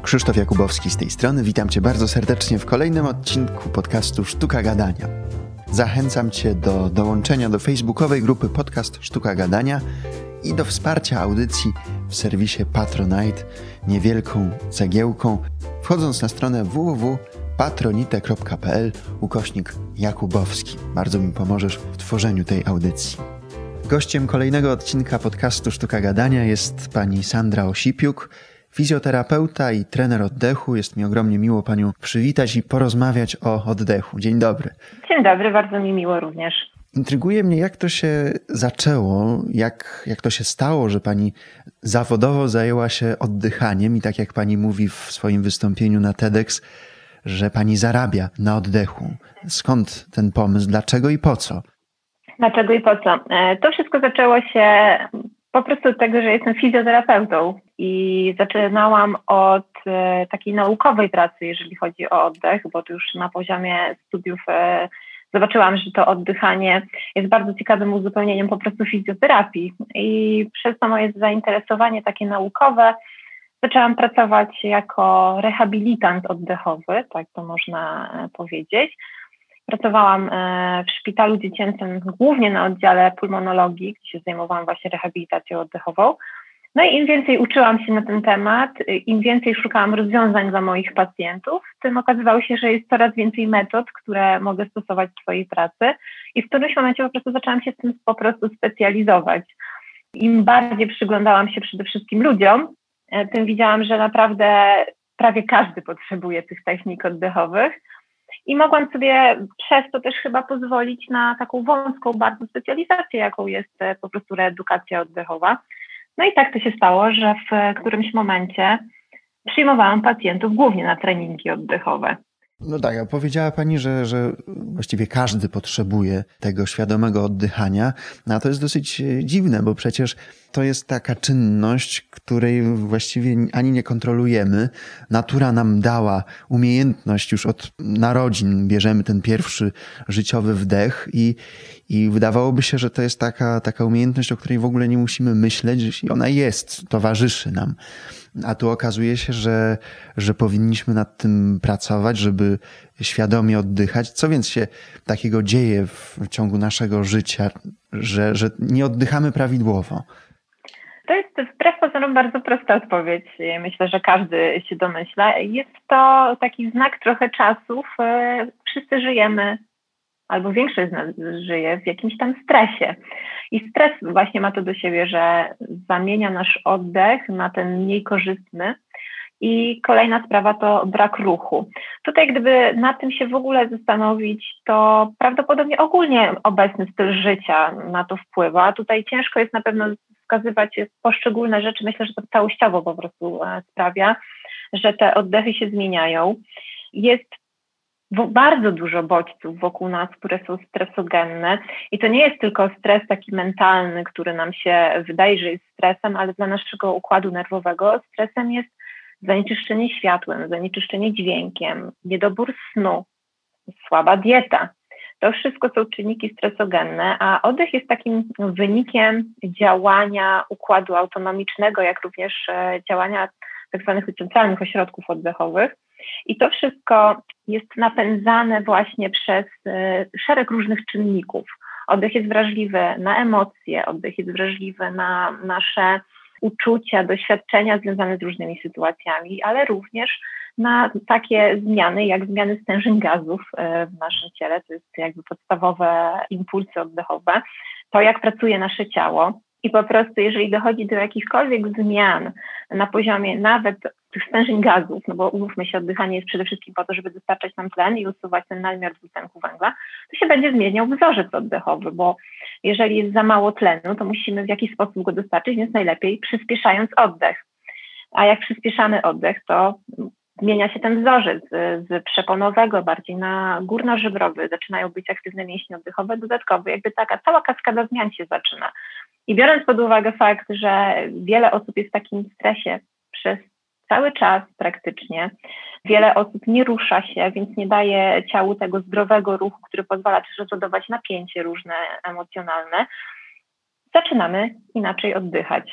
Krzysztof Jakubowski z tej strony. Witam Cię bardzo serdecznie w kolejnym odcinku podcastu Sztuka Gadania. Zachęcam Cię do dołączenia do facebookowej grupy Podcast Sztuka Gadania i do wsparcia audycji w serwisie Patronite niewielką cegiełką, wchodząc na stronę www.patronite.pl/Jakubowski. Bardzo mi pomożesz w tworzeniu tej audycji. Gościem kolejnego odcinka podcastu Sztuka Gadania jest pani Sandra Osipiuk, fizjoterapeuta i trener oddechu. Jest mi ogromnie miło Panią przywitać i porozmawiać o oddechu. Dzień dobry. Dzień dobry, bardzo mi miło również. Intryguje mnie, jak to się zaczęło, jak to się stało, że Pani zawodowo zajęła się oddychaniem i tak jak Pani mówi w swoim wystąpieniu na TEDx, że Pani zarabia na oddechu. Skąd ten pomysł, dlaczego i po co? Dlaczego i po co? To wszystko zaczęło się po prostu od tego, że jestem fizjoterapeutą i zaczynałam od takiej naukowej pracy, jeżeli chodzi o oddech, bo to już na poziomie studiów zobaczyłam, że to oddychanie jest bardzo ciekawym uzupełnieniem po prostu fizjoterapii i przez to moje zainteresowanie takie naukowe zaczęłam pracować jako rehabilitant oddechowy, tak to można powiedzieć. Pracowałam w szpitalu dziecięcym, głównie na oddziale pulmonologii, gdzie się zajmowałam właśnie rehabilitacją oddechową. No i im więcej uczyłam się na ten temat, im więcej szukałam rozwiązań dla moich pacjentów, tym okazywało się, że jest coraz więcej metod, które mogę stosować w swojej pracy i w którymś momencie po prostu zaczęłam się w tym po prostu specjalizować. Im bardziej przyglądałam się przede wszystkim ludziom, tym widziałam, że naprawdę prawie każdy potrzebuje tych technik oddechowych. I mogłam sobie przez to też chyba pozwolić na taką wąską bardzo specjalizację, jaką jest po prostu reedukacja oddechowa. No i tak to się stało, że w którymś momencie przyjmowałam pacjentów głównie na treningi oddechowe. No tak, a powiedziała Pani, że właściwie każdy potrzebuje tego świadomego oddychania, no a to jest dosyć dziwne, bo przecież to jest taka czynność, której właściwie ani nie kontrolujemy. Natura nam dała umiejętność już od narodzin, bierzemy ten pierwszy życiowy wdech i wydawałoby się, że to jest taka umiejętność, o której w ogóle nie musimy myśleć i ona jest, towarzyszy nam. A tu okazuje się, że powinniśmy nad tym pracować, żeby świadomie oddychać. Co więc się takiego dzieje w ciągu naszego życia, że nie oddychamy prawidłowo? To jest wbrew pozorom bardzo prosta odpowiedź. Myślę, że każdy się domyśla. Jest to taki znak trochę czasów. Wszyscy żyjemy, albo większość z nas żyje w jakimś tam stresie. I stres właśnie ma to do siebie, że zamienia nasz oddech na ten mniej korzystny. I kolejna sprawa to brak ruchu. Tutaj gdyby nad tym się w ogóle zastanowić, to prawdopodobnie ogólnie obecny styl życia na to wpływa. Tutaj ciężko jest na pewno wskazywać poszczególne rzeczy. Myślę, że to całościowo po prostu sprawia, że te oddechy się zmieniają. Jest bardzo dużo bodźców wokół nas, które są stresogenne i to nie jest tylko stres taki mentalny, który nam się wydaje, że jest stresem, ale dla naszego układu nerwowego stresem jest zanieczyszczenie światłem, zanieczyszczenie dźwiękiem, niedobór snu, słaba dieta. To wszystko są czynniki stresogenne, a oddech jest takim wynikiem działania układu autonomicznego, jak również działania tak zwanych centralnych ośrodków oddechowych. I to wszystko jest napędzane właśnie przez szereg różnych czynników. Oddech jest wrażliwy na emocje, oddech jest wrażliwy na nasze uczucia, doświadczenia związane z różnymi sytuacjami, ale również na takie zmiany, jak zmiany stężeń gazów w naszym ciele. To jest jakby podstawowe impulsy oddechowe. To, jak pracuje nasze ciało. I po prostu, jeżeli dochodzi do jakichkolwiek zmian na poziomie nawet tych stężeń gazów, no bo umówmy się, oddychanie jest przede wszystkim po to, żeby dostarczać nam tlen i usuwać ten nadmiar dwutlenku węgla, to się będzie zmieniał wzorzec oddechowy, bo jeżeli jest za mało tlenu, to musimy w jakiś sposób go dostarczyć, więc najlepiej przyspieszając oddech. A jak przyspieszamy oddech, to zmienia się ten wzorzec z przeponowego bardziej na górnożebrowy, zaczynają być aktywne mięśnie oddechowe, dodatkowo jakby taka cała kaskada zmian się zaczyna. I biorąc pod uwagę fakt, że wiele osób jest w takim stresie przez cały czas praktycznie, wiele osób nie rusza się, więc nie daje ciału tego zdrowego ruchu, który pozwala też rozładować napięcie różne emocjonalne, zaczynamy inaczej oddychać.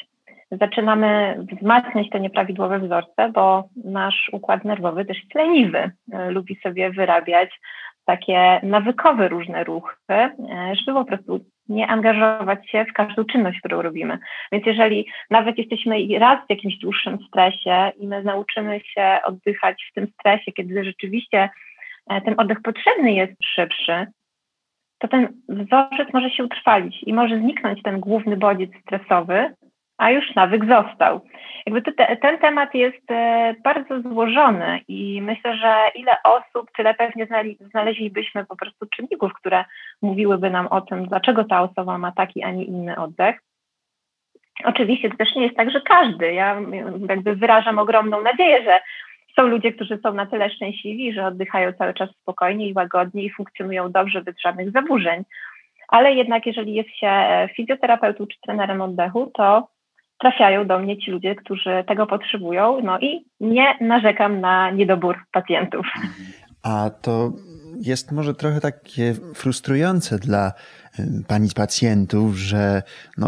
zaczynamy wzmacniać te nieprawidłowe wzorce, bo nasz układ nerwowy też jest leniwy, lubi sobie wyrabiać takie nawykowe różne ruchy, żeby po prostu nie angażować się w każdą czynność, którą robimy. Więc jeżeli nawet jesteśmy raz w jakimś dłuższym stresie i my nauczymy się oddychać w tym stresie, kiedy rzeczywiście ten oddech potrzebny jest szybszy, to ten wzorzec może się utrwalić i może zniknąć ten główny bodziec stresowy, a już nawyk został. Ten temat jest bardzo złożony i myślę, że ile osób, tyle pewnie znaleźlibyśmy po prostu czynników, które mówiłyby nam o tym, dlaczego ta osoba ma taki, a nie inny oddech. Oczywiście to też nie jest tak, że każdy. Ja wyrażam ogromną nadzieję, że są ludzie, którzy są na tyle szczęśliwi, że oddychają cały czas spokojnie i łagodnie i funkcjonują dobrze bez żadnych zaburzeń. Ale jednak jeżeli jest się fizjoterapeutą czy trenerem oddechu, to trafiają do mnie ci ludzie, którzy tego potrzebują, no i nie narzekam na niedobór pacjentów. A to jest może trochę takie frustrujące dla pani pacjentów, że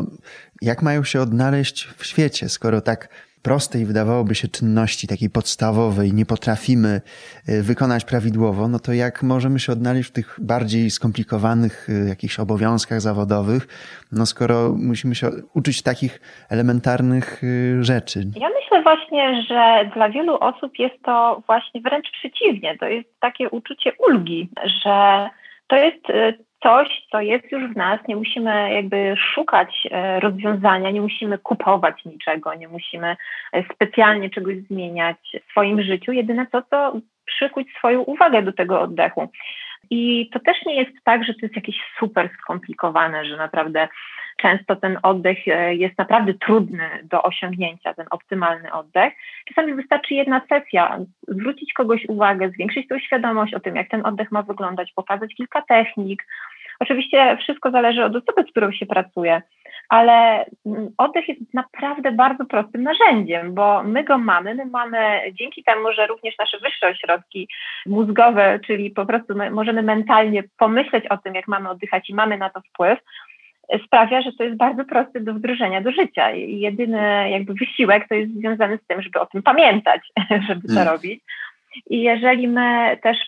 jak mają się odnaleźć w świecie, skoro tak prostej wydawałoby się czynności takiej podstawowej nie potrafimy wykonać prawidłowo, no to jak możemy się odnaleźć w tych bardziej skomplikowanych jakichś obowiązkach zawodowych, skoro musimy się uczyć takich elementarnych rzeczy? Ja myślę właśnie, że dla wielu osób jest to właśnie wręcz przeciwnie. To jest takie uczucie ulgi, że to jest coś, co jest już w nas, nie musimy szukać rozwiązania, nie musimy kupować niczego, nie musimy specjalnie czegoś zmieniać w swoim życiu. Jedyne to przykuć swoją uwagę do tego oddechu. I to też nie jest tak, że to jest jakieś super skomplikowane, że naprawdę często ten oddech jest naprawdę trudny do osiągnięcia, ten optymalny oddech. Czasami wystarczy jedna sesja, zwrócić kogoś uwagę, zwiększyć tą świadomość o tym, jak ten oddech ma wyglądać, pokazać kilka technik. Oczywiście wszystko zależy od osoby, z którą się pracuje, ale oddech jest naprawdę bardzo prostym narzędziem, bo my mamy dzięki temu, że również nasze wyższe ośrodki mózgowe, czyli po prostu my możemy mentalnie pomyśleć o tym, jak mamy oddychać i mamy na to wpływ, sprawia, że to jest bardzo prosty do wdrożenia do życia. I jedyny wysiłek to jest związany z tym, żeby o tym pamiętać, żeby to robić. I jeżeli my też,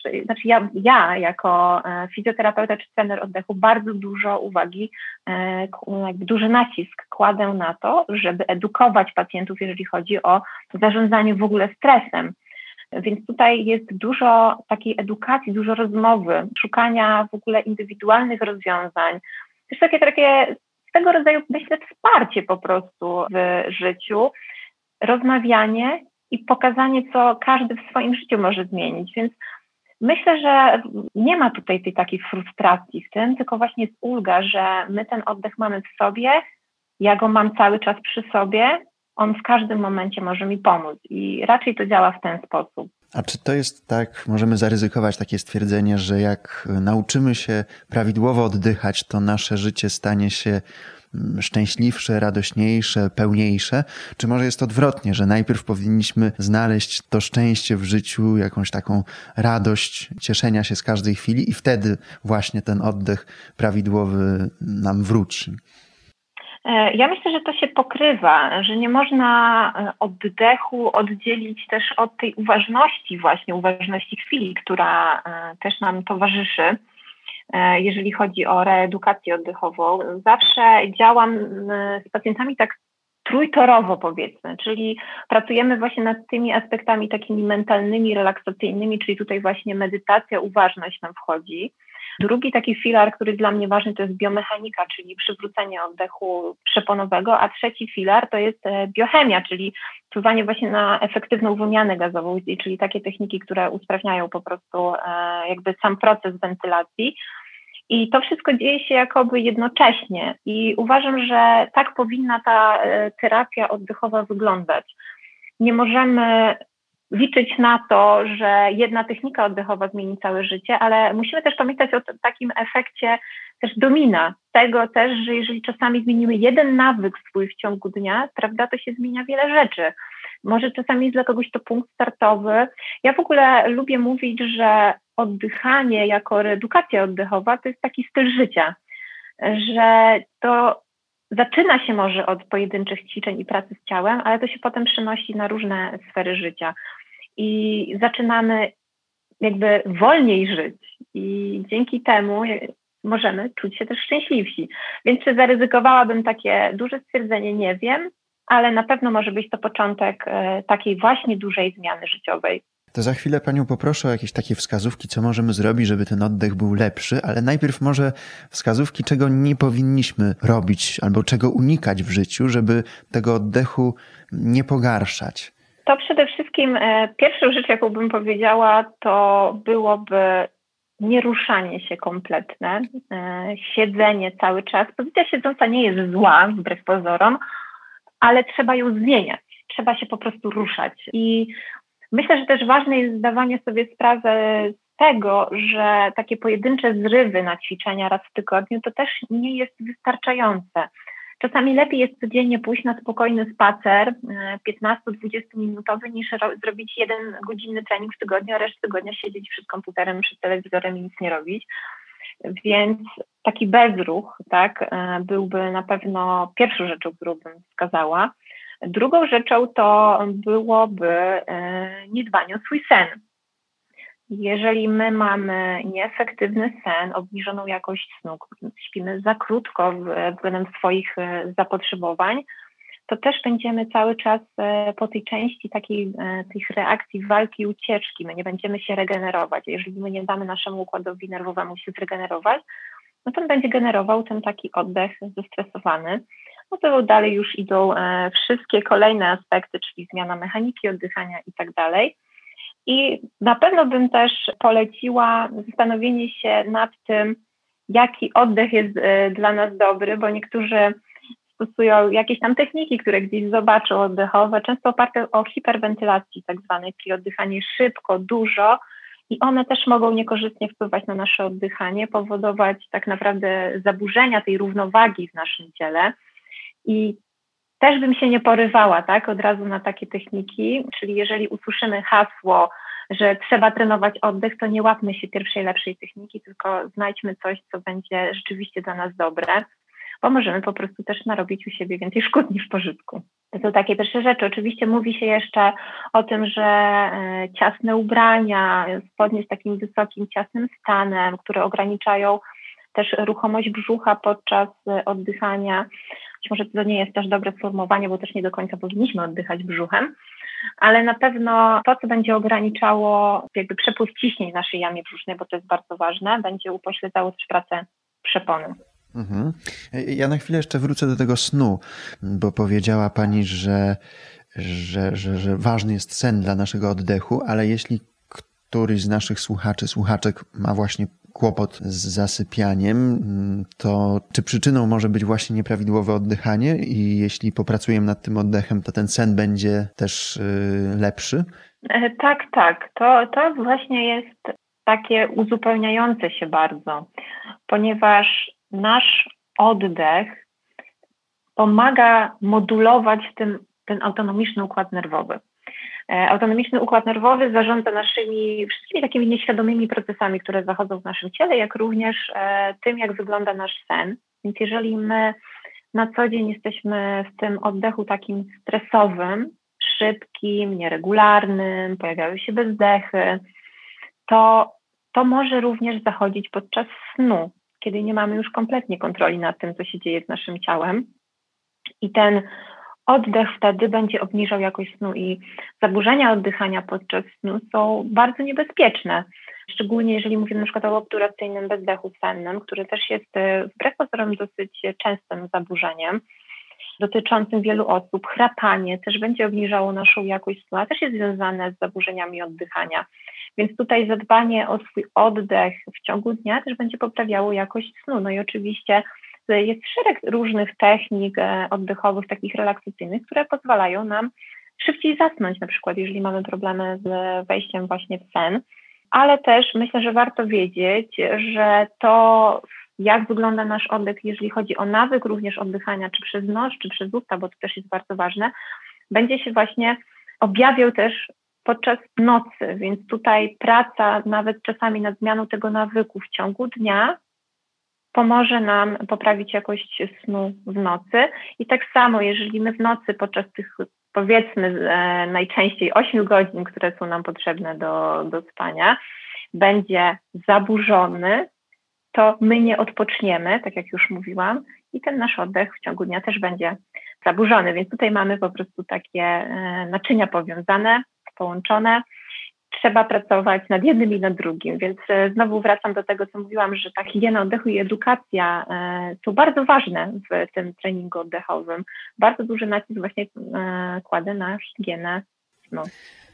ja jako fizjoterapeuta czy trener oddechu bardzo dużo uwagi, duży nacisk kładę na to, żeby edukować pacjentów, jeżeli chodzi o zarządzanie w ogóle stresem. Więc tutaj jest dużo takiej edukacji, dużo rozmowy, szukania w ogóle indywidualnych rozwiązań. Też takie tego rodzaju, myślę, wsparcie po prostu w życiu, rozmawianie i pokazanie, co każdy w swoim życiu może zmienić. Więc myślę, że nie ma tutaj tej takiej frustracji w tym, tylko właśnie jest ulga, że my ten oddech mamy w sobie, ja go mam cały czas przy sobie, on w każdym momencie może mi pomóc i raczej to działa w ten sposób. A czy to jest tak, możemy zaryzykować takie stwierdzenie, że jak nauczymy się prawidłowo oddychać, to nasze życie stanie się szczęśliwsze, radośniejsze, pełniejsze? Czy może jest odwrotnie, że najpierw powinniśmy znaleźć to szczęście w życiu, jakąś taką radość, cieszenia się z każdej chwili i wtedy właśnie ten oddech prawidłowy nam wróci? Ja myślę, że to się pokrywa, że nie można oddechu oddzielić też od tej uważności chwili, która też nam towarzyszy, jeżeli chodzi o reedukację oddechową. Zawsze działam z pacjentami tak trójtorowo, powiedzmy, czyli pracujemy właśnie nad tymi aspektami takimi mentalnymi, relaksacyjnymi, czyli tutaj właśnie medytacja, uważność nam wchodzi. Drugi taki filar, który dla mnie ważny, to jest biomechanika, czyli przywrócenie oddechu przeponowego, a trzeci filar to jest biochemia, czyli wpływanie właśnie na efektywną wymianę gazową, czyli takie techniki, które usprawniają po prostu sam proces wentylacji. I to wszystko dzieje się jakoby jednocześnie i uważam, że tak powinna ta terapia oddechowa wyglądać. Nie możemy liczyć na to, że jedna technika oddechowa zmieni całe życie, ale musimy też pamiętać o takim efekcie też domina. Tego też, że jeżeli czasami zmienimy jeden nawyk swój w ciągu dnia, prawda, to się zmienia wiele rzeczy. Może czasami jest dla kogoś to punkt startowy. Ja w ogóle lubię mówić, że oddychanie jako reedukacja oddechowa to jest taki styl życia, że to zaczyna się może od pojedynczych ćwiczeń i pracy z ciałem, ale to się potem przenosi na różne sfery życia. I zaczynamy jakby wolniej żyć i dzięki temu możemy czuć się też szczęśliwsi. Więc czy zaryzykowałabym takie duże stwierdzenie? Nie wiem, ale na pewno może być to początek takiej właśnie dużej zmiany życiowej. To za chwilę Panią poproszę o jakieś takie wskazówki, co możemy zrobić, żeby ten oddech był lepszy, ale najpierw może wskazówki, czego nie powinniśmy robić albo czego unikać w życiu, żeby tego oddechu nie pogarszać. To przede wszystkim pierwszą rzecz, jaką bym powiedziała, to byłoby nieruszanie się kompletne, siedzenie cały czas. Pozycja siedząca nie jest zła, wbrew pozorom, ale trzeba ją zmieniać. Trzeba się po prostu ruszać. I myślę, że też ważne jest zdawanie sobie sprawy z tego, że takie pojedyncze zrywy na ćwiczenia raz w tygodniu to też nie jest wystarczające. Czasami lepiej jest codziennie pójść na spokojny spacer 15-20 minutowy niż zrobić 1-godzinny trening w tygodniu, a resztę tygodnia siedzieć przed komputerem, przed telewizorem i nic nie robić. Więc taki bezruch, tak, byłby na pewno pierwszą rzeczą, którą bym wskazała. Drugą rzeczą to byłoby niedbanie o swój sen. Jeżeli my mamy nieefektywny sen, obniżoną jakość snu, śpimy za krótko względem swoich zapotrzebowań, to też będziemy cały czas po tej części tych reakcji walki i ucieczki. My nie będziemy się regenerować. Jeżeli my nie damy naszemu układowi nerwowemu się zregenerować, no to on będzie generował ten taki oddech zestresowany. No to dalej już idą wszystkie kolejne aspekty, czyli zmiana mechaniki oddychania i tak dalej. I na pewno bym też poleciła zastanowienie się nad tym, jaki oddech jest dla nas dobry, bo niektórzy stosują jakieś tam techniki, które gdzieś zobaczą oddechowe, często oparte o hiperwentylacji tak zwanej, czyli oddychanie szybko, dużo i one też mogą niekorzystnie wpływać na nasze oddychanie, powodować tak naprawdę zaburzenia tej równowagi w naszym ciele. I też bym się nie porywała, tak, od razu na takie techniki, czyli jeżeli usłyszymy hasło, że trzeba trenować oddech, to nie łapmy się pierwszej lepszej techniki, tylko znajdźmy coś, co będzie rzeczywiście dla nas dobre, bo możemy po prostu też narobić u siebie więcej szkód niż pożytku. To są takie pierwsze rzeczy. Oczywiście mówi się jeszcze o tym, że ciasne ubrania, spodnie z takim wysokim, ciasnym stanem, które ograniczają też ruchomość brzucha podczas oddychania. Być może to nie jest też dobre sformułowanie, bo też nie do końca powinniśmy oddychać brzuchem, ale na pewno to, co będzie ograniczało jakby przepływ ciśnień w naszej jamie brzusznej, bo to jest bardzo ważne, będzie upośledzało też pracę przepony. Mhm. Ja na chwilę jeszcze wrócę do tego snu, bo powiedziała Pani, że ważny jest sen dla naszego oddechu, ale jeśli któryś z naszych słuchaczy, słuchaczek ma właśnie kłopot z zasypianiem, to czy przyczyną może być właśnie nieprawidłowe oddychanie i jeśli popracujemy nad tym oddechem, to ten sen będzie też lepszy? Tak. To właśnie jest takie uzupełniające się bardzo, ponieważ nasz oddech pomaga modulować ten autonomiczny układ nerwowy. Autonomiczny układ nerwowy zarządza naszymi wszystkimi takimi nieświadomymi procesami, które zachodzą w naszym ciele, jak również tym, jak wygląda nasz sen. Więc jeżeli my na co dzień jesteśmy w tym oddechu takim stresowym, szybkim, nieregularnym, pojawiają się bezdechy, to może również zachodzić podczas snu, kiedy nie mamy już kompletnie kontroli nad tym, co się dzieje z naszym ciałem. I ten oddech wtedy będzie obniżał jakość snu i zaburzenia oddychania podczas snu są bardzo niebezpieczne. Szczególnie jeżeli mówimy na przykład o obturacyjnym bezdechu sennym, który też jest wbrew pozorom dosyć częstym zaburzeniem dotyczącym wielu osób. Chrapanie też będzie obniżało naszą jakość snu, a też jest związane z zaburzeniami oddychania. Więc tutaj zadbanie o swój oddech w ciągu dnia też będzie poprawiało jakość snu. No i oczywiście jest szereg różnych technik oddechowych, takich relaksacyjnych, które pozwalają nam szybciej zasnąć, na przykład jeżeli mamy problemy z wejściem właśnie w sen. Ale też myślę, że warto wiedzieć, że to, jak wygląda nasz oddech, jeżeli chodzi o nawyk również oddychania, czy przez nos, czy przez usta, bo to też jest bardzo ważne, będzie się właśnie objawiał też podczas nocy, więc tutaj praca nawet czasami nad zmianą tego nawyku w ciągu dnia pomoże nam poprawić jakość snu w nocy. I tak samo, jeżeli my w nocy podczas tych, powiedzmy, najczęściej 8 godzin, które są nam potrzebne do spania, będzie zaburzony, to my nie odpoczniemy, tak jak już mówiłam, i ten nasz oddech w ciągu dnia też będzie zaburzony. Więc tutaj mamy po prostu takie naczynia powiązane, połączone. Trzeba pracować nad jednym i nad drugim, więc znowu wracam do tego, co mówiłam, że ta higiena oddechu i edukacja są bardzo ważne w tym treningu oddechowym. Bardzo duży nacisk właśnie kładę na higienę snu.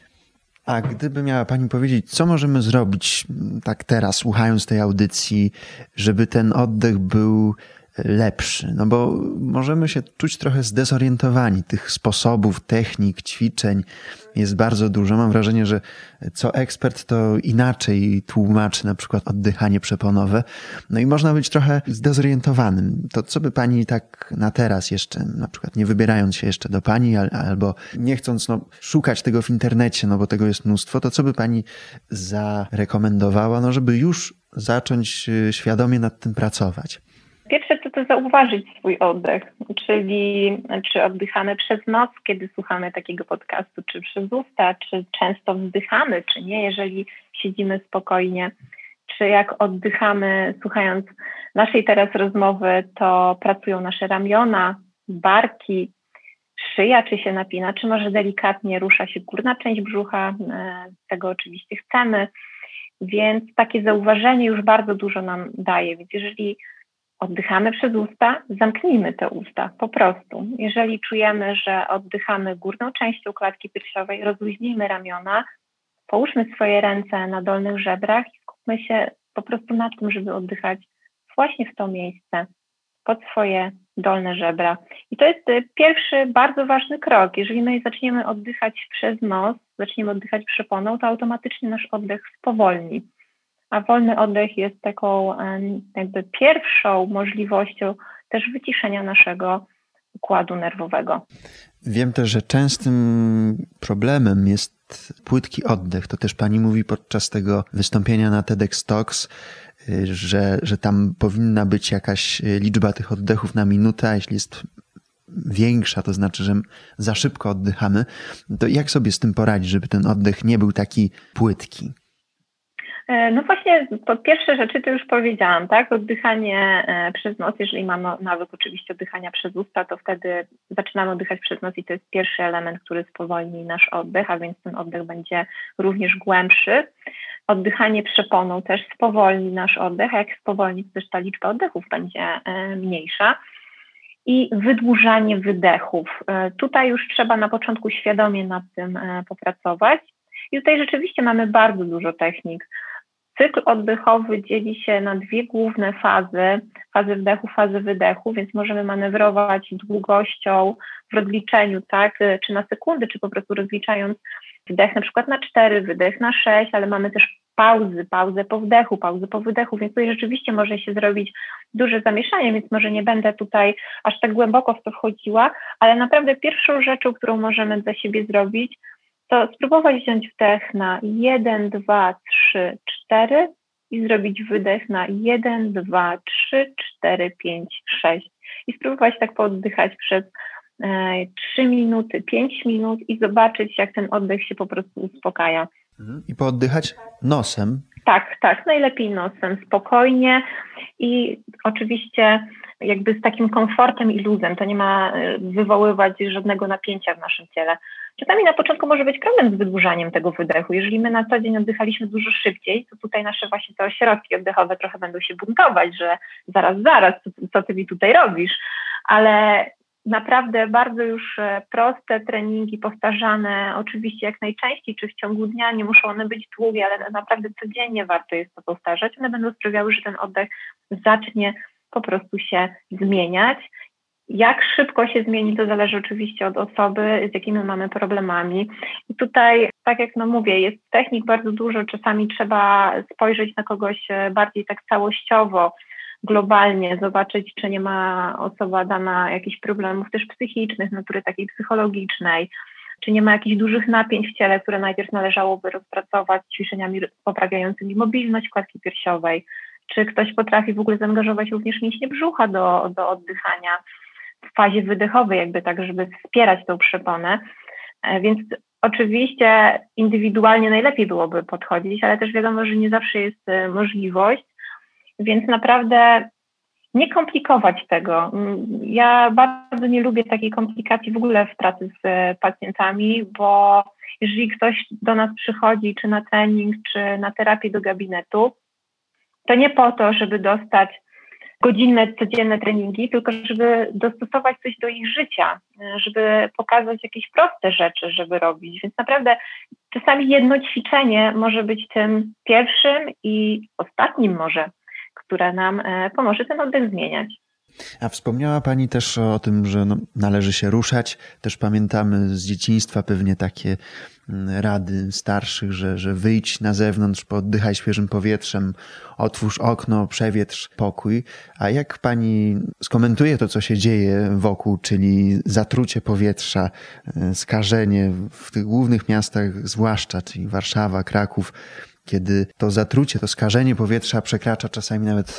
A gdyby miała Pani powiedzieć, co możemy zrobić tak teraz, słuchając tej audycji, żeby ten oddech był lepszy? No bo możemy się czuć trochę zdezorientowani. Tych sposobów, technik, ćwiczeń jest bardzo dużo. Mam wrażenie, że co ekspert to inaczej tłumaczy na przykład oddychanie przeponowe. No i można być trochę zdezorientowanym. To co by Pani tak na teraz jeszcze, na przykład nie wybierając się jeszcze do Pani albo nie chcąc szukać tego w internecie, no bo tego jest mnóstwo, to co by Pani zarekomendowała, no żeby już zacząć świadomie nad tym pracować? Pierwsze to zauważyć swój oddech, czyli czy oddychamy przez nos, kiedy słuchamy takiego podcastu, czy przez usta, czy często wzdychamy, czy nie, jeżeli siedzimy spokojnie, czy jak oddychamy słuchając naszej teraz rozmowy, to pracują nasze ramiona, barki, szyja, czy się napina, czy może delikatnie rusza się górna część brzucha, tego oczywiście chcemy, więc takie zauważenie już bardzo dużo nam daje, więc jeżeli oddychamy przez usta, zamknijmy te usta, po prostu. Jeżeli czujemy, że oddychamy górną częścią klatki piersiowej, rozluźnijmy ramiona, połóżmy swoje ręce na dolnych żebrach i skupmy się po prostu na tym, żeby oddychać właśnie w to miejsce, pod swoje dolne żebra. I to jest pierwszy bardzo ważny krok. Jeżeli my zaczniemy oddychać przez nos, zaczniemy oddychać przeponą, to automatycznie nasz oddech spowolni. A wolny oddech jest taką jakby pierwszą możliwością też wyciszenia naszego układu nerwowego. Wiem też, że częstym problemem jest płytki oddech. To też Pani mówi podczas tego wystąpienia na TEDx Talks, że tam powinna być jakaś liczba tych oddechów na minutę, a jeśli jest większa, to znaczy, że za szybko oddychamy. To jak sobie z tym poradzić, żeby ten oddech nie był taki płytki? No właśnie, po pierwsze rzeczy to już powiedziałam, tak? Oddychanie przez nos, jeżeli mamy nawyk oczywiście oddychania przez usta, to wtedy zaczynamy oddychać przez nos i to jest pierwszy element, który spowolni nasz oddech, a więc ten oddech będzie również głębszy. Oddychanie przeponą też spowolni nasz oddech, a jak spowolni, to też ta liczba oddechów będzie mniejsza. I wydłużanie wydechów. Tutaj już trzeba na początku świadomie nad tym popracować. I tutaj rzeczywiście mamy bardzo dużo technik. Cykl oddechowy dzieli się na dwie główne fazy, fazę wdechu, fazę wydechu, więc możemy manewrować długością w rozliczeniu, tak, czy na sekundy, czy po prostu rozliczając wdech na przykład na 4, wydech na 6, ale mamy też pauzę po wdechu, pauzę po wydechu, więc tutaj rzeczywiście może się zrobić duże zamieszanie, więc może nie będę tutaj aż tak głęboko w to wchodziła, ale naprawdę pierwszą rzeczą, którą możemy dla siebie zrobić, to spróbować wziąć wdech na 1, 2, 3, 4 i zrobić wydech na 1, 2, 3, 4, 5, 6. I spróbować tak pooddychać przez 3 minuty, 5 minut i zobaczyć, jak ten oddech się po prostu uspokaja. I pooddychać nosem. Tak, najlepiej nosem, spokojnie i oczywiście jakby z takim komfortem i luzem. To nie ma wywoływać żadnego napięcia w naszym ciele. Czasami na początku może być problem z wydłużaniem tego wydechu. Jeżeli my na co dzień oddychaliśmy dużo szybciej, to tutaj nasze właśnie te ośrodki oddechowe trochę będą się buntować, że zaraz, co ty mi tutaj robisz? Ale naprawdę bardzo już proste treningi, powtarzane oczywiście jak najczęściej, czy w ciągu dnia, nie muszą one być długie, ale naprawdę codziennie warto jest to powtarzać. One będą sprawiały, że ten oddech zacznie po prostu się zmieniać. Jak szybko się zmieni, to zależy oczywiście od osoby, z jakimi mamy problemami. I tutaj, tak jak mówię, jest technik bardzo dużo, czasami trzeba spojrzeć na kogoś bardziej tak całościowo, globalnie, zobaczyć, czy nie ma osoba dana jakichś problemów też psychicznych, natury takiej psychologicznej, czy nie ma jakichś dużych napięć w ciele, które najpierw należałoby rozpracować ćwiczeniami poprawiającymi mobilność klatki piersiowej, czy ktoś potrafi w ogóle zaangażować również mięśnie brzucha do oddychania w fazie wydechowej, jakby tak, żeby wspierać tą przeponę. Więc oczywiście indywidualnie najlepiej byłoby podchodzić, ale też wiadomo, że nie zawsze jest możliwość, więc naprawdę nie komplikować tego. Ja bardzo nie lubię takiej komplikacji w ogóle w pracy z pacjentami, bo jeżeli ktoś do nas przychodzi, czy na trening, czy na terapię do gabinetu, to nie po to, żeby dostać godzinne, codzienne treningi, tylko żeby dostosować coś do ich życia, żeby pokazać jakieś proste rzeczy, żeby robić. Więc naprawdę czasami jedno ćwiczenie może być tym pierwszym i ostatnim może, które nam pomoże ten oddech zmieniać. A wspomniała Pani też o tym, że należy się ruszać. Też pamiętamy z dzieciństwa pewnie takie rady starszych, że wyjdź na zewnątrz, pooddychaj świeżym powietrzem, otwórz okno, przewietrz pokój. A jak Pani skomentuje to, co się dzieje wokół, czyli zatrucie powietrza, skażenie w tych głównych miastach zwłaszcza, czyli Warszawa, Kraków, kiedy to zatrucie, to skażenie powietrza przekracza czasami nawet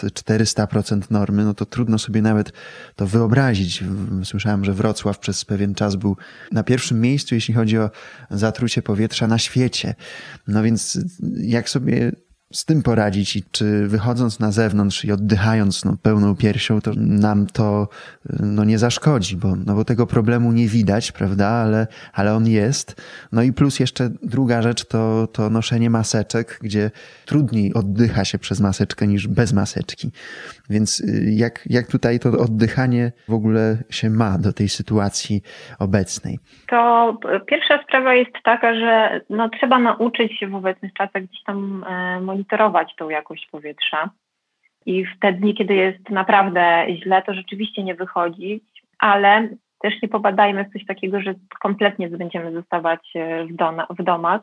400% normy, no to trudno sobie nawet to wyobrazić. Słyszałem, że Wrocław przez pewien czas był na pierwszym miejscu, jeśli chodzi o zatrucie powietrza na świecie. No więc jak sobie z tym poradzić i czy wychodząc na zewnątrz i oddychając pełną piersią, to nam to nie zaszkodzi, bo tego problemu nie widać, prawda, ale on jest. No i plus jeszcze druga rzecz to noszenie maseczek, gdzie trudniej oddycha się przez maseczkę niż bez maseczki. Więc jak tutaj to oddychanie w ogóle się ma do tej sytuacji obecnej? To pierwsza sprawa jest taka, że trzeba nauczyć się w obecnych czasach gdzieś tam monitorować tą jakość powietrza i w te dni, kiedy jest naprawdę źle, to rzeczywiście nie wychodzić, ale też nie pobadajmy w coś takiego, że kompletnie będziemy zostawać w domach,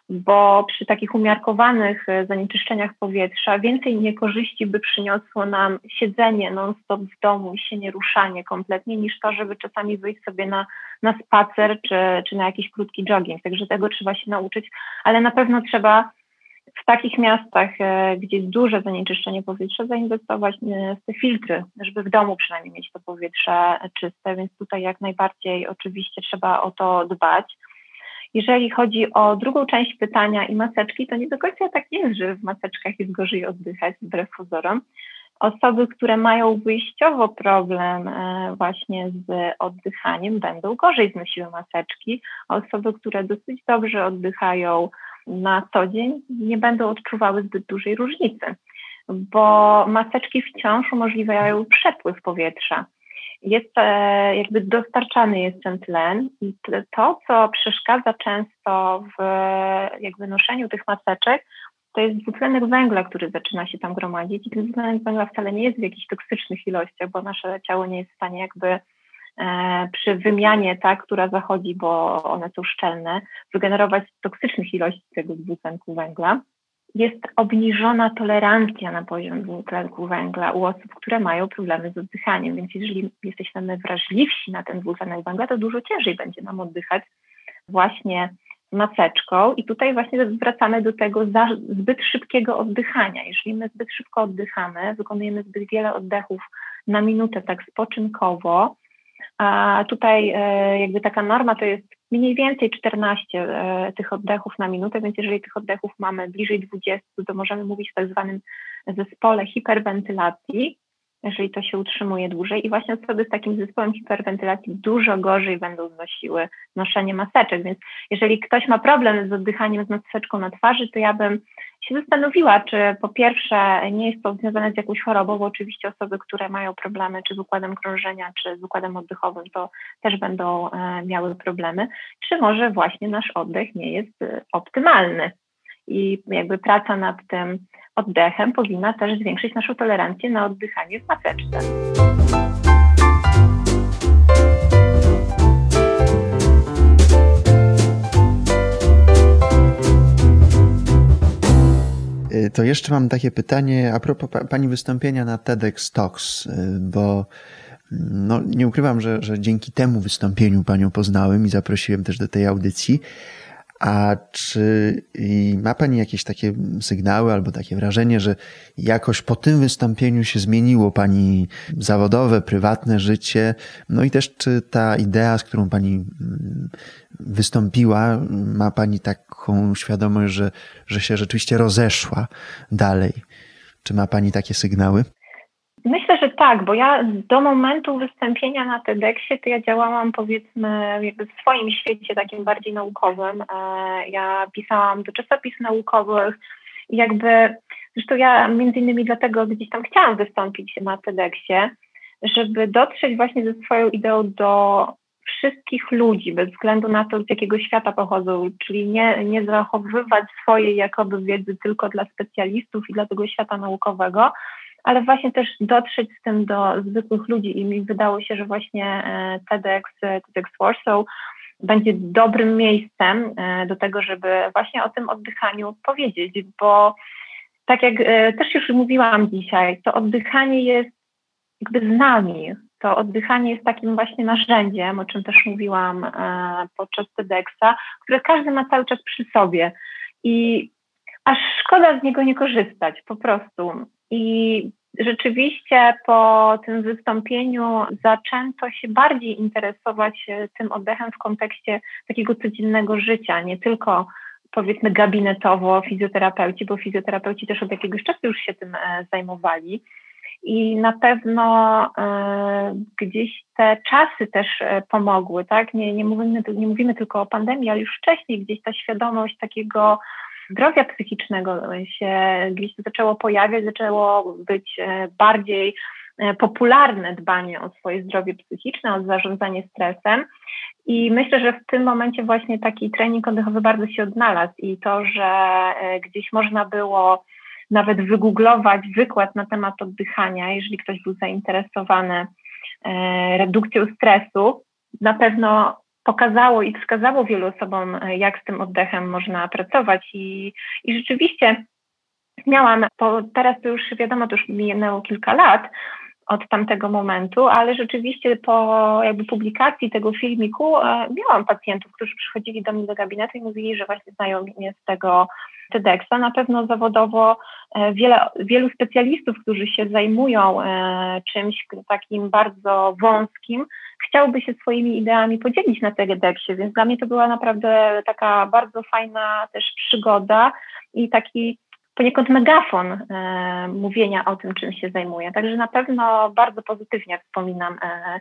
bo przy takich umiarkowanych zanieczyszczeniach powietrza więcej niekorzyści by przyniosło nam siedzenie non-stop w domu i się nie ruszanie kompletnie, niż to, żeby czasami wyjść sobie na spacer czy na jakiś krótki jogging. Także tego trzeba się nauczyć, ale na pewno trzeba w takich miastach, gdzie jest duże zanieczyszczenie powietrza, zainwestować w te filtry, żeby w domu przynajmniej mieć to powietrze czyste, więc tutaj jak najbardziej oczywiście trzeba o to dbać. Jeżeli chodzi o drugą część pytania i maseczki, to nie do końca tak jest, że w maseczkach jest gorzej oddychać, wbrew pozorom. Osoby, które mają wyjściowo problem właśnie z oddychaniem, będą gorzej znosiły maseczki, a osoby, które dosyć dobrze oddychają na co dzień, nie będą odczuwały zbyt dużej różnicy, bo maseczki wciąż umożliwiają przepływ powietrza. Jest jakby dostarczany jest ten tlen i to, co przeszkadza często w jakby noszeniu tych maseczek, to jest dwutlenek węgla, który zaczyna się tam gromadzić i ten dwutlenek węgla wcale nie jest w jakichś toksycznych ilościach, bo nasze ciało nie jest w stanie jakby przy wymianie, która zachodzi, bo one są szczelne, wygenerować toksycznych ilości tego dwutlenku węgla. Jest obniżona tolerancja na poziom dwutlenku węgla u osób, które mają problemy z oddychaniem, więc jeżeli jesteśmy wrażliwsi na ten dwutlenek węgla, to dużo ciężej będzie nam oddychać właśnie maseczką i tutaj właśnie wracamy do tego zbyt szybkiego oddychania. Jeżeli my zbyt szybko oddychamy, wykonujemy zbyt wiele oddechów na minutę tak spoczynkowo, a tutaj jakby taka norma to jest mniej więcej 14 tych oddechów na minutę, więc jeżeli tych oddechów mamy bliżej 20, to możemy mówić o tak zwanym zespole hiperwentylacji, jeżeli to się utrzymuje dłużej i właśnie osoby z takim zespołem hiperwentylacji dużo gorzej będą znosiły noszenie maseczek, więc jeżeli ktoś ma problem z oddychaniem z maseczką na twarzy, to ja bym się zastanowiła, czy po pierwsze nie jest to związane z jakąś chorobą, bo oczywiście osoby, które mają problemy czy z układem krążenia, czy z układem oddechowym, to też będą miały problemy, czy może właśnie nasz oddech nie jest optymalny i jakby praca nad tym oddechem powinna też zwiększyć naszą tolerancję na oddychanie w maseczce. To jeszcze mam takie pytanie a propos Pani wystąpienia na TEDx Talks, bo nie ukrywam, że dzięki temu wystąpieniu Panią poznałem i zaprosiłem też do tej audycji, A czy ma Pani jakieś takie sygnały albo takie wrażenie, że jakoś po tym wystąpieniu się zmieniło Pani zawodowe, prywatne życie? No i też czy ta idea, z którą Pani wystąpiła, ma Pani taką świadomość, że się rzeczywiście rozeszła dalej? Czy ma Pani takie sygnały? Myślę, że tak, bo ja do momentu wystąpienia na TEDxie to ja działałam, powiedzmy, jakby w swoim świecie takim bardziej naukowym. Ja pisałam do czasopism naukowych i zresztą ja między innymi dlatego gdzieś tam chciałam wystąpić na TEDxie, żeby dotrzeć właśnie ze swoją ideą do wszystkich ludzi, bez względu na to, z jakiego świata pochodzą, czyli nie zachowywać swojej jakoby wiedzy tylko dla specjalistów i dla tego świata naukowego, ale właśnie też dotrzeć z tym do zwykłych ludzi i mi wydało się, że właśnie TEDx Warsaw będzie dobrym miejscem do tego, żeby właśnie o tym oddychaniu powiedzieć, bo tak jak też już mówiłam dzisiaj, to oddychanie jest jakby z nami. To oddychanie jest takim właśnie narzędziem, o czym też mówiłam podczas TEDxa, które każdy ma cały czas przy sobie i aż szkoda z niego nie korzystać po prostu. I rzeczywiście po tym wystąpieniu zaczęto się bardziej interesować tym oddechem w kontekście takiego codziennego życia, nie tylko powiedzmy gabinetowo fizjoterapeuci, bo fizjoterapeuci też od jakiegoś czasu już się tym zajmowali. I na pewno gdzieś te czasy też pomogły, tak? Nie mówimy tylko o pandemii, ale już wcześniej gdzieś ta świadomość takiego zdrowia psychicznego się gdzieś zaczęło pojawiać, zaczęło być bardziej popularne dbanie o swoje zdrowie psychiczne, o zarządzanie stresem. I myślę, że w tym momencie właśnie taki trening oddechowy bardzo się odnalazł i to, że gdzieś można było nawet wygooglować wykład na temat oddychania, jeżeli ktoś był zainteresowany redukcją stresu, na pewno pokazało i wskazało wielu osobom, jak z tym oddechem można pracować i rzeczywiście miałam, bo teraz to już wiadomo, to już minęło kilka lat od tamtego momentu, ale rzeczywiście po jakby publikacji tego filmiku miałam pacjentów, którzy przychodzili do mnie do gabinetu i mówili, że właśnie znają mnie z tego TEDxa. Na pewno zawodowo wielu specjalistów, którzy się zajmują czymś takim bardzo wąskim, chciałby się swoimi ideami podzielić na TEDxie, więc dla mnie to była naprawdę taka bardzo fajna też przygoda i taki poniekąd megafon mówienia o tym, czym się zajmuję. Także na pewno bardzo pozytywnie wspominam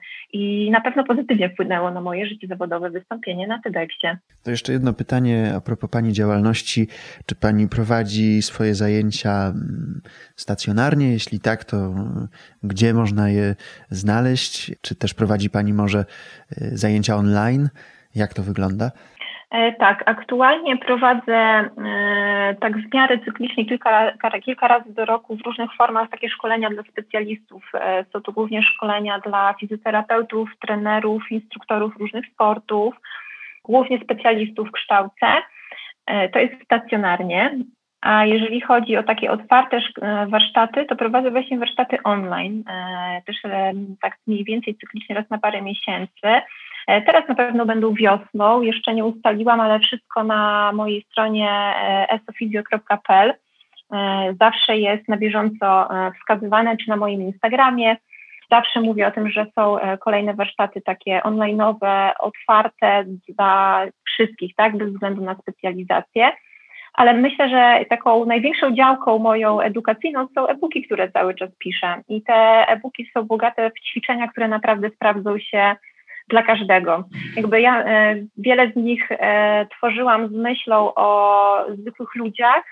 i na pewno pozytywnie wpłynęło na moje życie zawodowe wystąpienie na TEDxie. To jeszcze jedno pytanie a propos Pani działalności. Czy Pani prowadzi swoje zajęcia stacjonarnie? Jeśli tak, to gdzie można je znaleźć? Czy też prowadzi Pani może zajęcia online? Jak to wygląda? Tak, aktualnie prowadzę tak w miarę cyklicznie kilka razy do roku w różnych formach takie szkolenia dla specjalistów. Są to głównie szkolenia dla fizjoterapeutów, trenerów, instruktorów różnych sportów, głównie specjalistów w kształce. To jest stacjonarnie. A jeżeli chodzi o takie otwarte warsztaty, to prowadzę właśnie warsztaty online, też tak mniej więcej cyklicznie raz na parę miesięcy. Teraz na pewno będą wiosną, jeszcze nie ustaliłam, ale wszystko na mojej stronie esofizio.pl. Zawsze jest na bieżąco wskazywane, czy na moim Instagramie. Zawsze mówię o tym, że są kolejne warsztaty takie online'owe, otwarte dla wszystkich, tak, bez względu na specjalizację. Ale myślę, że taką największą działką moją edukacyjną są e-booki, które cały czas piszę. I te e-booki są bogate w ćwiczenia, które naprawdę sprawdzą się dla każdego. Jakby ja wiele z nich tworzyłam z myślą o zwykłych ludziach,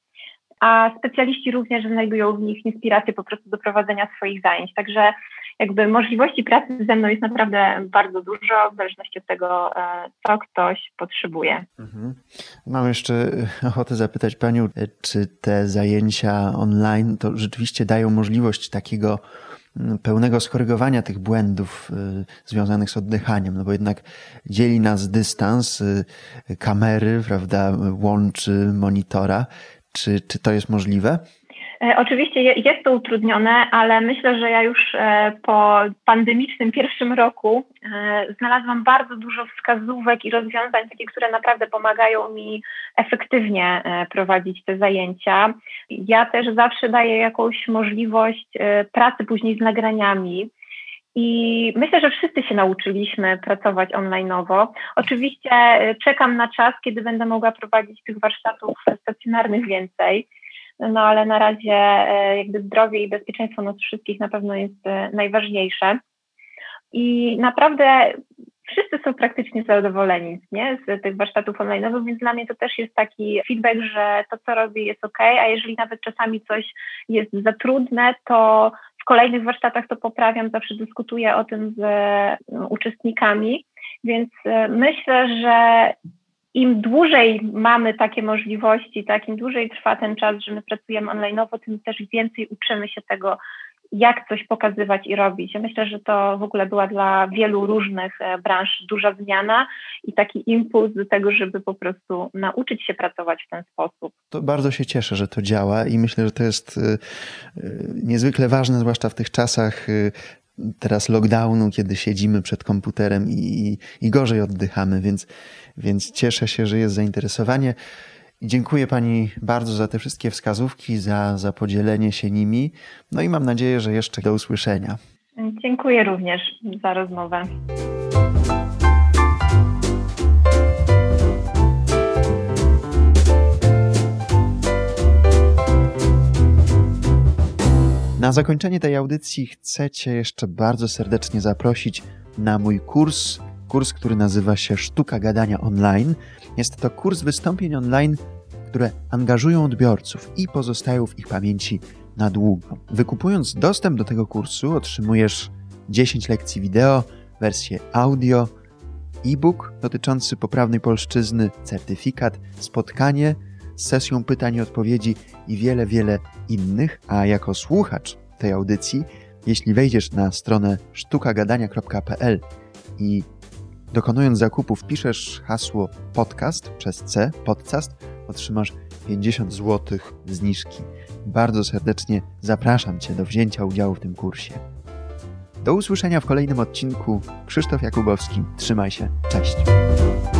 a specjaliści również znajdują w nich inspirację po prostu do prowadzenia swoich zajęć. Także jakby możliwości pracy ze mną jest naprawdę bardzo dużo, w zależności od tego, co ktoś potrzebuje. Mam jeszcze ochotę zapytać Panią, czy te zajęcia online to rzeczywiście dają możliwość takiego pełnego skorygowania tych błędów związanych z oddychaniem, no bo jednak dzieli nas dystans kamery, prawda, łączy monitora. Czy to jest możliwe? Oczywiście jest to utrudnione, ale myślę, że ja już po pandemicznym pierwszym roku znalazłam bardzo dużo wskazówek i rozwiązań, takie, które naprawdę pomagają mi efektywnie prowadzić te zajęcia. Ja też zawsze daję jakąś możliwość pracy później z nagraniami. I myślę, że wszyscy się nauczyliśmy pracować online'owo. Oczywiście czekam na czas, kiedy będę mogła prowadzić tych warsztatów stacjonarnych więcej. No ale na razie jakby zdrowie i bezpieczeństwo nas wszystkich na pewno jest najważniejsze. I naprawdę wszyscy są praktycznie zadowoleni, nie, z tych warsztatów online'owych, więc dla mnie to też jest taki feedback, że to, co robię, jest okej, a jeżeli nawet czasami coś jest za trudne, to w kolejnych warsztatach to poprawiam, zawsze dyskutuję o tym z uczestnikami, więc myślę, że im dłużej mamy takie możliwości, tak, im dłużej trwa ten czas, że my pracujemy online'owo, tym też więcej uczymy się tego, jak coś pokazywać i robić. Ja myślę, że to w ogóle była dla wielu różnych branż duża zmiana i taki impuls do tego, żeby po prostu nauczyć się pracować w ten sposób. To bardzo się cieszę, że to działa i myślę, że to jest niezwykle ważne, zwłaszcza w tych czasach teraz lockdownu, kiedy siedzimy przed komputerem i gorzej oddychamy, więc cieszę się, że jest zainteresowanie. Dziękuję Pani bardzo za te wszystkie wskazówki, za podzielenie się nimi. No i mam nadzieję, że jeszcze do usłyszenia. Dziękuję również za rozmowę. Na zakończenie tej audycji chcę Cię jeszcze bardzo serdecznie zaprosić na mój kurs, który nazywa się Sztuka Gadania Online. Jest to kurs wystąpień online, które angażują odbiorców i pozostają w ich pamięci na długo. Wykupując dostęp do tego kursu otrzymujesz 10 lekcji wideo, wersję audio, e-book dotyczący poprawnej polszczyzny, certyfikat, spotkanie z sesją pytań i odpowiedzi i wiele, wiele innych. A jako słuchacz tej audycji, jeśli wejdziesz na stronę sztukagadania.pl i dokonując zakupu wpiszesz hasło podcast przez C, podcast, otrzymasz 50 zł zniżki. Bardzo serdecznie zapraszam Cię do wzięcia udziału w tym kursie. Do usłyszenia w kolejnym odcinku. Krzysztof Jakubowski. Trzymaj się. Cześć.